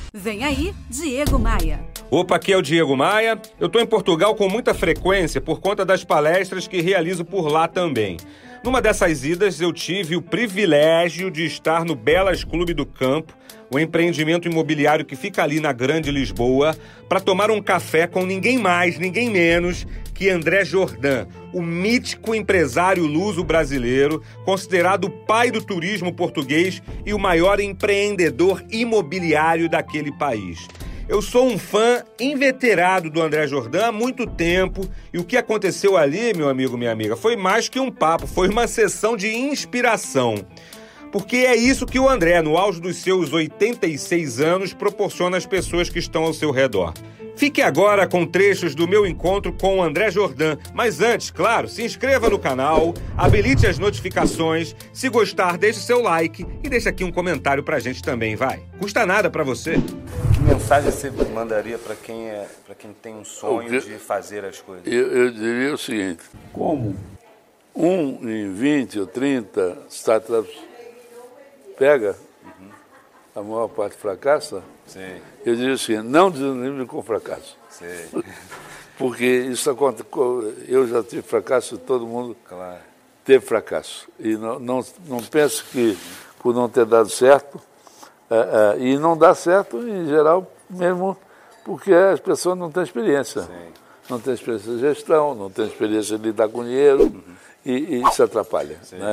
Vem aí, Diego Maia. Opa, aqui é o Diego Maia. Eu estou em Portugal com muita frequência por conta das palestras que realizo por lá também. Numa dessas idas, eu tive o privilégio de estar no Belas Clube do Campo, o empreendimento imobiliário que fica ali na Grande Lisboa, para tomar um café com ninguém mais, ninguém menos que André Jordan, o mítico empresário luso brasileiro, considerado o pai do turismo português e o maior empreendedor imobiliário daquele país. Eu sou um fã inveterado do André Jordan há muito tempo e o que aconteceu ali, meu amigo, minha amiga, foi mais que um papo, foi uma sessão de inspiração. Porque é isso que o André, no auge dos seus 86 anos, proporciona às pessoas que estão ao seu redor. Fique agora com trechos do meu encontro com o André Jordan. Mas antes, claro, se inscreva no canal, habilite as notificações. Se gostar, deixe seu like e deixe aqui um comentário pra gente também, vai. Custa nada pra você. Que mensagem você mandaria para quem tem um sonho de fazer as coisas? Eu diria o seguinte: como 1 em 20 ou 30 startups pega, a maior parte fracassa, Sim. eu diria o seguinte: não desanime com fracasso. Sim. Porque isso acontece, eu já tive fracasso, todo mundo Claro. teve fracasso. E não pense que por não ter dado certo, e não dá certo em geral mesmo porque as pessoas não têm experiência. Sim. Não têm experiência de gestão, não têm experiência de lidar com dinheiro, e isso atrapalha. Né?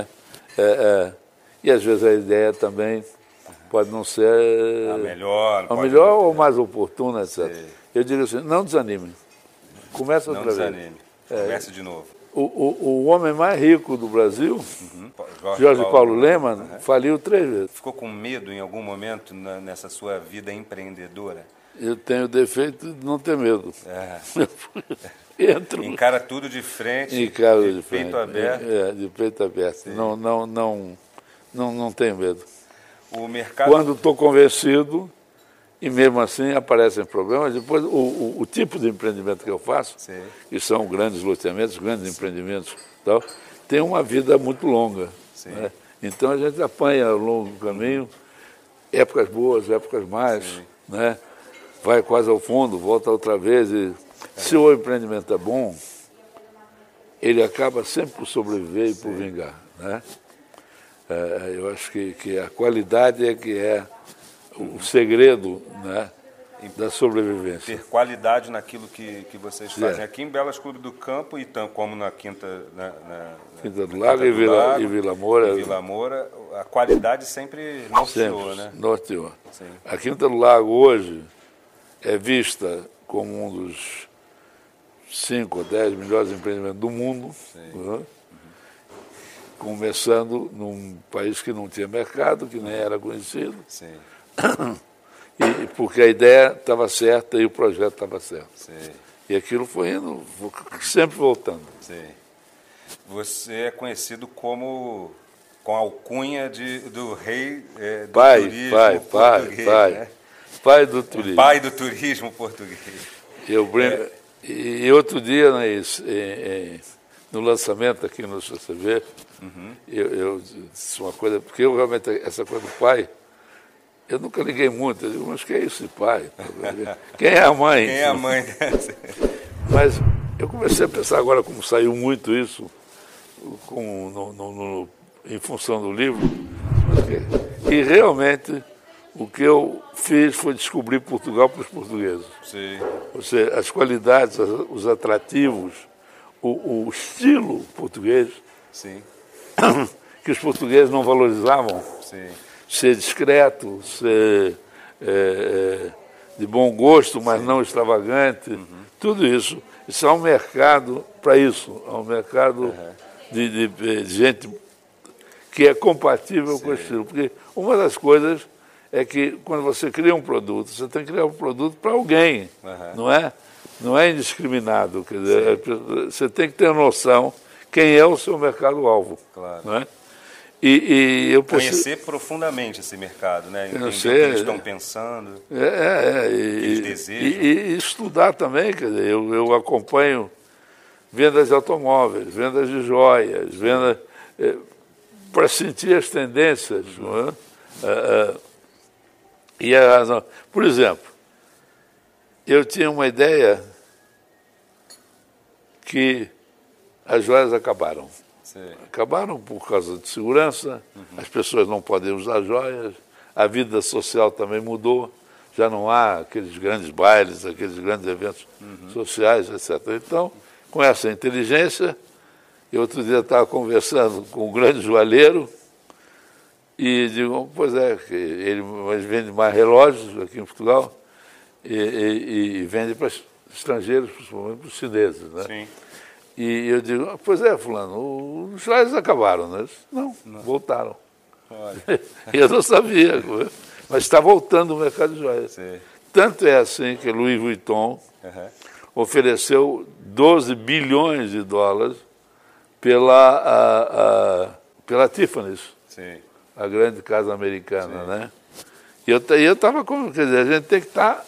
E às vezes a ideia também pode não ser A melhor ou mais oportuna, etc. Sim. Eu digo assim: não desanime. Começa Não outra vez. desanime. Comece de novo. O homem mais rico do Brasil, Jorge Paulo Lemann, faliu 3 vezes. Ficou com medo em algum momento nessa sua vida empreendedora? Eu tenho o defeito de não ter medo. Entro. Encara tudo de frente, de peito aberto. De peito aberto. Sim. Não tenho medo. O mercado... Quando estou convencido, e mesmo assim aparecem problemas, depois o tipo de empreendimento que eu faço, Sim. que são grandes loteamentos, grandes empreendimentos, tal, tem uma vida muito longa. Né? Então a gente apanha ao longo do caminho épocas boas, épocas más, né? Vai quase ao fundo, volta outra vez. E se o empreendimento é bom, ele acaba sempre por sobreviver e por vingar. Né? Eu acho que a qualidade é que é o segredo, né, da sobrevivência. Ter qualidade naquilo que vocês fazem. Aqui em Belas Clube do Campo, e como na Quinta do Lago e Vila Moura. Vila Moura, a qualidade sempre norteou, né? Norteou. A Quinta do Lago hoje é vista como um dos 5 ou 10 melhores empreendimentos do mundo, né? Começando num país que não tinha mercado, que nem era conhecido. Sim. Porque a ideia estava certa e o projeto estava certo. Sim. E aquilo foi indo, sempre voltando. Sim. Você é conhecido com a alcunha do rei do turismo português. Né? Pai do turismo. Pai do turismo português. E outro dia, no lançamento aqui no CCV, eu disse uma coisa, porque eu realmente, essa coisa do pai, eu nunca liguei muito. Eu digo: mas que é isso de pai? Quem é a mãe? Quem é a mãe? Mas eu comecei a pensar agora, como saiu muito isso, em função do livro, e realmente o que eu fiz foi descobrir Portugal para os portugueses. Sim. Ou seja, as qualidades, os atrativos, o estilo português, Sim. que os portugueses não valorizavam. Sim. Ser discreto, ser de bom gosto, mas não extravagante, tudo isso. Isso é um mercado para isso, é um mercado de gente que é compatível com o estilo. Porque uma das coisas é que quando você cria um produto, você tem que criar um produto para alguém, não é? Não é indiscriminado. Quer dizer, você tem que ter noção quem é o seu mercado-alvo. Claro. Não é? E eu conhecer profundamente esse mercado, né? Entender o que eles estão pensando, o que eles desejam. E estudar também, quer dizer, eu acompanho vendas de automóveis, vendas de joias, para sentir as tendências. Não é? E a razão... Por exemplo, eu tinha uma ideia que as joias acabaram. Sim. Acabaram por causa de segurança, as pessoas não podem usar joias, a vida social também mudou, já não há aqueles grandes bailes, aqueles grandes eventos sociais, etc. Então, com essa inteligência, eu outro dia estava conversando com um grande joalheiro e digo, pois é, que ele vende mais relógios aqui em Portugal e vende para estrangeiros, principalmente para os chineses, né? Sim. E eu digo, pois é, fulano, os joias acabaram, né? Não, voltaram. Olha. Eu não sabia, mas está voltando o mercado de joias. Sim. Tanto é assim que Louis Vuitton ofereceu 12 bilhões de dólares pela Tiffany's, Sim. a grande casa americana, né? E eu estava como, quer dizer, a gente tem que estar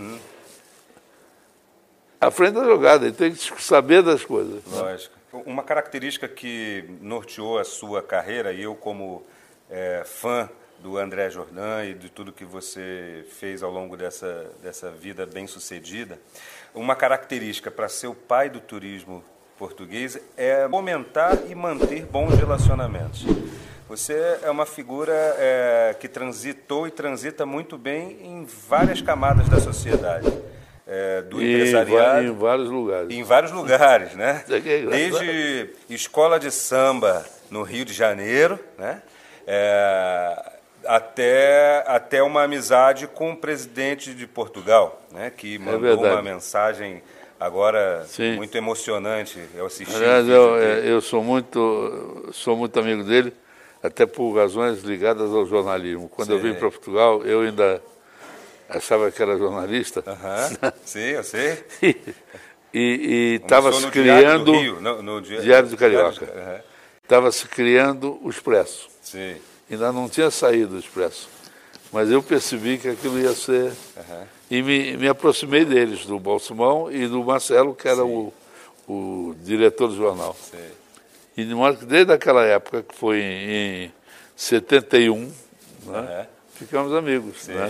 à frente da jogada, tem que saber das coisas. Lógico. Uma característica que norteou a sua carreira, e eu como fã do André Jordan e de tudo que você fez ao longo dessa vida bem-sucedida, uma característica para ser o pai do turismo português é fomentar e manter bons relacionamentos. Você é uma figura que transitou e transita muito bem em várias camadas da sociedade. Do empresariado. Em vários lugares. Em vários lugares, né? Desde escola de samba no Rio de Janeiro, né? Até uma amizade com o presidente de Portugal, né? Que mandou uma mensagem agora muito emocionante. Eu assisti. Aliás, eu sou muito amigo dele, até por razões ligadas ao jornalismo. Quando eu vim para Portugal, eu ainda achava que era jornalista. Sim, eu sei. E estava se criando no Diário do Carioca. Estava se criando o Expresso. Sim. Ainda não tinha saído o Expresso. Mas eu percebi que aquilo ia ser... E me aproximei deles, do Balsemão e do Marcelo, que era o diretor do jornal. Sim. E de modo que desde aquela época, que foi em 71, né, ficamos amigos. Né?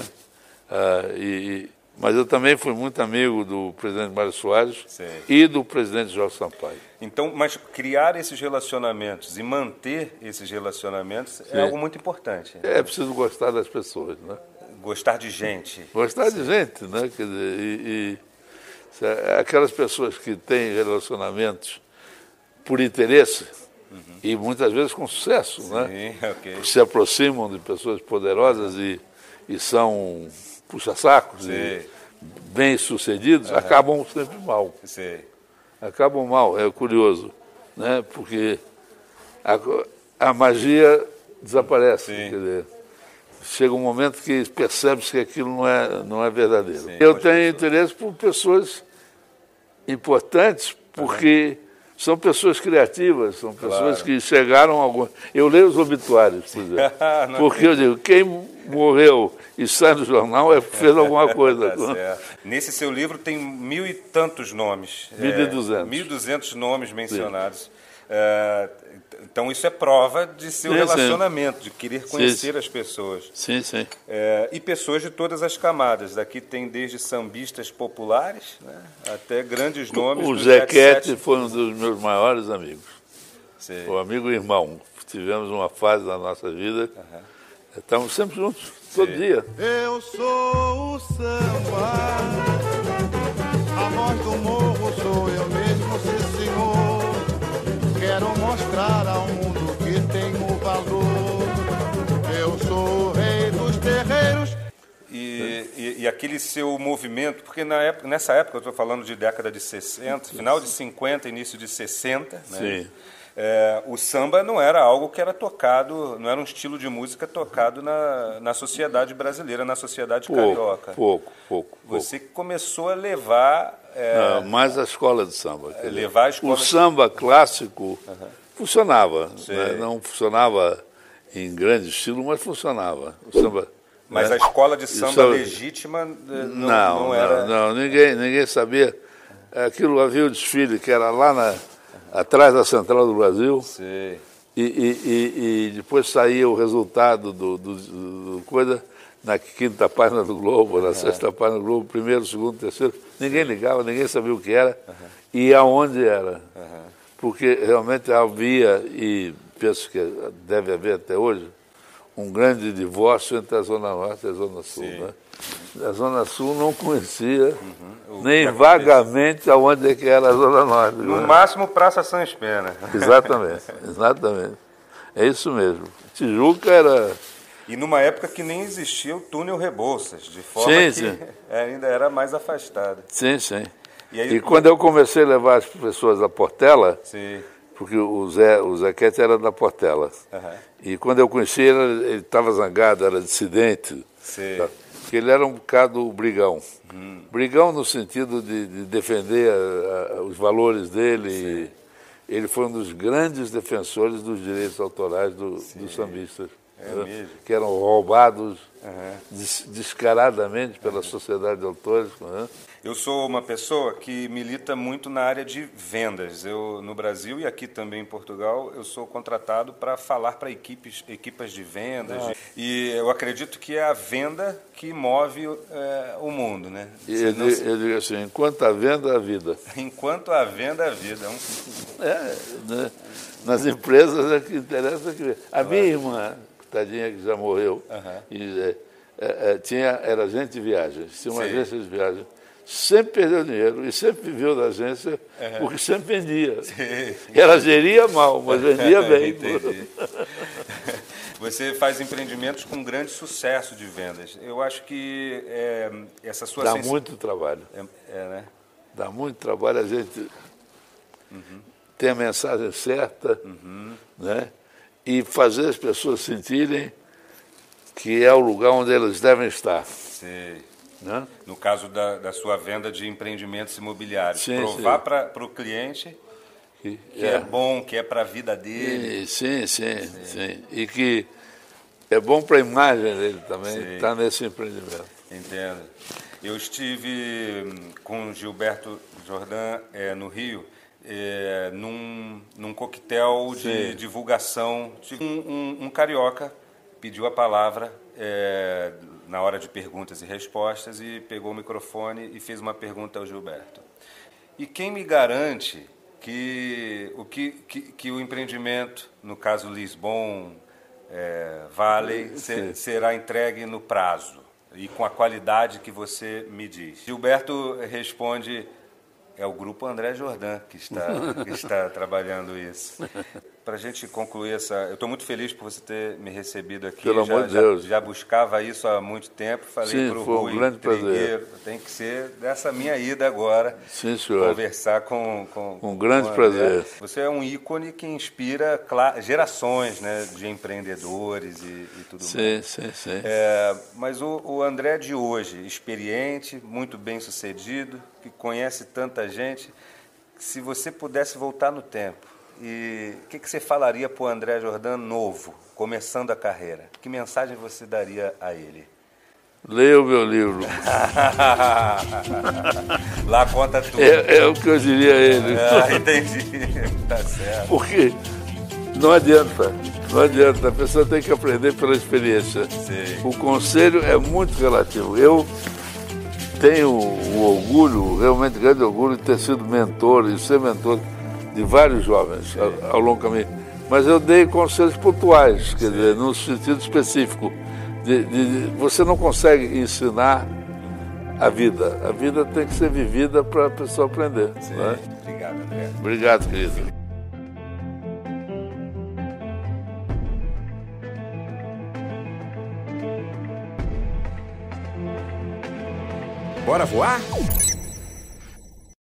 Mas eu também fui muito amigo do presidente Mário Soares e do presidente Jorge Sampaio. Então, mas criar esses relacionamentos e manter esses relacionamentos é algo muito importante. É preciso gostar das pessoas, né? Gostar de gente. Gostar de gente, né? Quer dizer, aquelas pessoas que têm relacionamentos por interesse e muitas vezes com sucesso, né? Se aproximam de pessoas poderosas e são puxa-sacos e bem-sucedidos, acabam sempre mal. Acabam mal, é curioso, né? Porque a magia desaparece. Quer dizer, chega um momento que percebe-se que aquilo não é verdadeiro. Eu tenho interesse por pessoas importantes, porque são pessoas criativas, são pessoas que chegaram a algum... Eu leio os obituários, por exemplo, porque eu digo, quem morreu e sai no jornal fez alguma coisa. Nesse seu livro tem 1.000 e tantos nomes. 1.200. 1.200 nomes mencionados. Então isso é prova de seu relacionamento, de querer conhecer as pessoas. Sim. E pessoas de todas as camadas. Daqui tem desde sambistas populares, né, até grandes nomes. O Zequete foi um dos meus maiores amigos. O amigo e irmão. Tivemos uma fase da nossa vida, estamos sempre juntos, todo dia. Eu sou o samba, a voz do morro sou eu mesmo, sim senhor. Quero mostrar ao mundo que tenho valor. Eu sou o rei dos terreiros. E aquele seu movimento, porque nessa época, eu estou falando de década de 60, final de 50, início de 60, né? O samba não era algo que era tocado, não era um estilo de música tocado na sociedade brasileira, na sociedade carioca. Pouco. Você começou a levar... mais a escola de samba. Levar a escola o samba clássico funcionava. Né? Não funcionava em grande estilo, mas funcionava. O samba, mas a escola de samba legítima não era... Não, ninguém sabia. Aquilo havia o desfile que era lá atrás da Central do Brasil. E depois saía o resultado do coisa na quinta página do Globo, na sexta página do Globo, primeiro, segundo, terceiro. Ninguém ligava, ninguém sabia o que era e aonde era. Porque realmente havia, e penso que deve haver até hoje, um grande divórcio entre a Zona Norte e a Zona Sul. Né? A Zona Sul não conhecia nem vagamente aonde é que era a Zona Norte. No máximo, Praça Sans Pena. Exatamente, exatamente. É isso mesmo. Tijuca era... E numa época que nem existia o túnel Rebouças, de forma que ainda era mais afastado. Sim, sim. E, aí, quando eu comecei a levar as pessoas à Portela, sim. Porque o Zequete era da Portela. E quando eu conheci ele, ele estava zangado, era dissidente. Tá? Porque ele era um bocado brigão. Brigão no sentido de defender os valores dele. E ele foi um dos grandes defensores dos direitos autorais dos sambistas. Mesmo? Que eram roubados descaradamente pela sociedade de autores. Eu sou uma pessoa que milita muito na área de vendas. Eu, no Brasil e aqui também em Portugal, eu sou contratado para falar para equipas de vendas. E eu acredito que é a venda que move o mundo, né? Eu digo assim, enquanto a venda, a vida. Enquanto a venda, a vida. Né? Nas empresas é que interessa. A minha irmã, tadinha que já morreu, era agente de viagens, tinha uma agência de viagens. Sempre perdeu dinheiro e sempre viveu da agência porque sempre vendia. Ela geria mal, mas vendia bem. Entendi. Você faz empreendimentos com grande sucesso de vendas. Eu acho que essa sua... Dá muito trabalho. Né? Dá muito trabalho a gente ter a mensagem certa, né? E fazer as pessoas sentirem que é o lugar onde elas devem estar. Sei. Né? No caso da sua venda de empreendimentos imobiliários, provar para o cliente que é bom, que é para a vida dele. Sim. E que é bom para a imagem dele também, estar nesse empreendimento. Entendo. Eu estive com Gilberto Jordan no Rio, num coquetel de divulgação. Um carioca pediu a palavra na hora de perguntas e respostas e pegou o microfone e fez uma pergunta ao Gilberto. E quem me garante que o empreendimento, no caso Lisbon Valley, será entregue no prazo e com a qualidade que você me diz? Gilberto responde: é o Grupo André Jordan que está trabalhando isso. Para a gente concluir eu estou muito feliz por você ter me recebido aqui. Pelo amor de Deus. Já buscava isso há muito tempo. Falei para o Rui, um grande prazer. Tem que ser dessa minha ida agora. Sim, senhor. Conversar com um grande prazer. Você é um ícone que inspira gerações, né, de empreendedores e tudo mais. Sim. Mas o André de hoje, experiente, muito bem sucedido, que conhece tanta gente, se você pudesse voltar no tempo, e o que você falaria para o André Jordan novo, começando a carreira? Que mensagem você daria a ele? Leia o meu livro. Lá conta tudo. É o que eu diria a ele. Entendi. Tá certo. Porque não adianta. A pessoa tem que aprender pela experiência. Sim. O conselho é muito relativo. Eu tenho o orgulho, realmente grande orgulho, de ter sido mentor e ser mentor de vários jovens ao longo do caminho. Mas eu dei conselhos pontuais, quer dizer, no sentido específico. Você não consegue ensinar a vida. A vida tem que ser vivida para a pessoa aprender. Né? Obrigado, André. Obrigado, querido. Bora voar?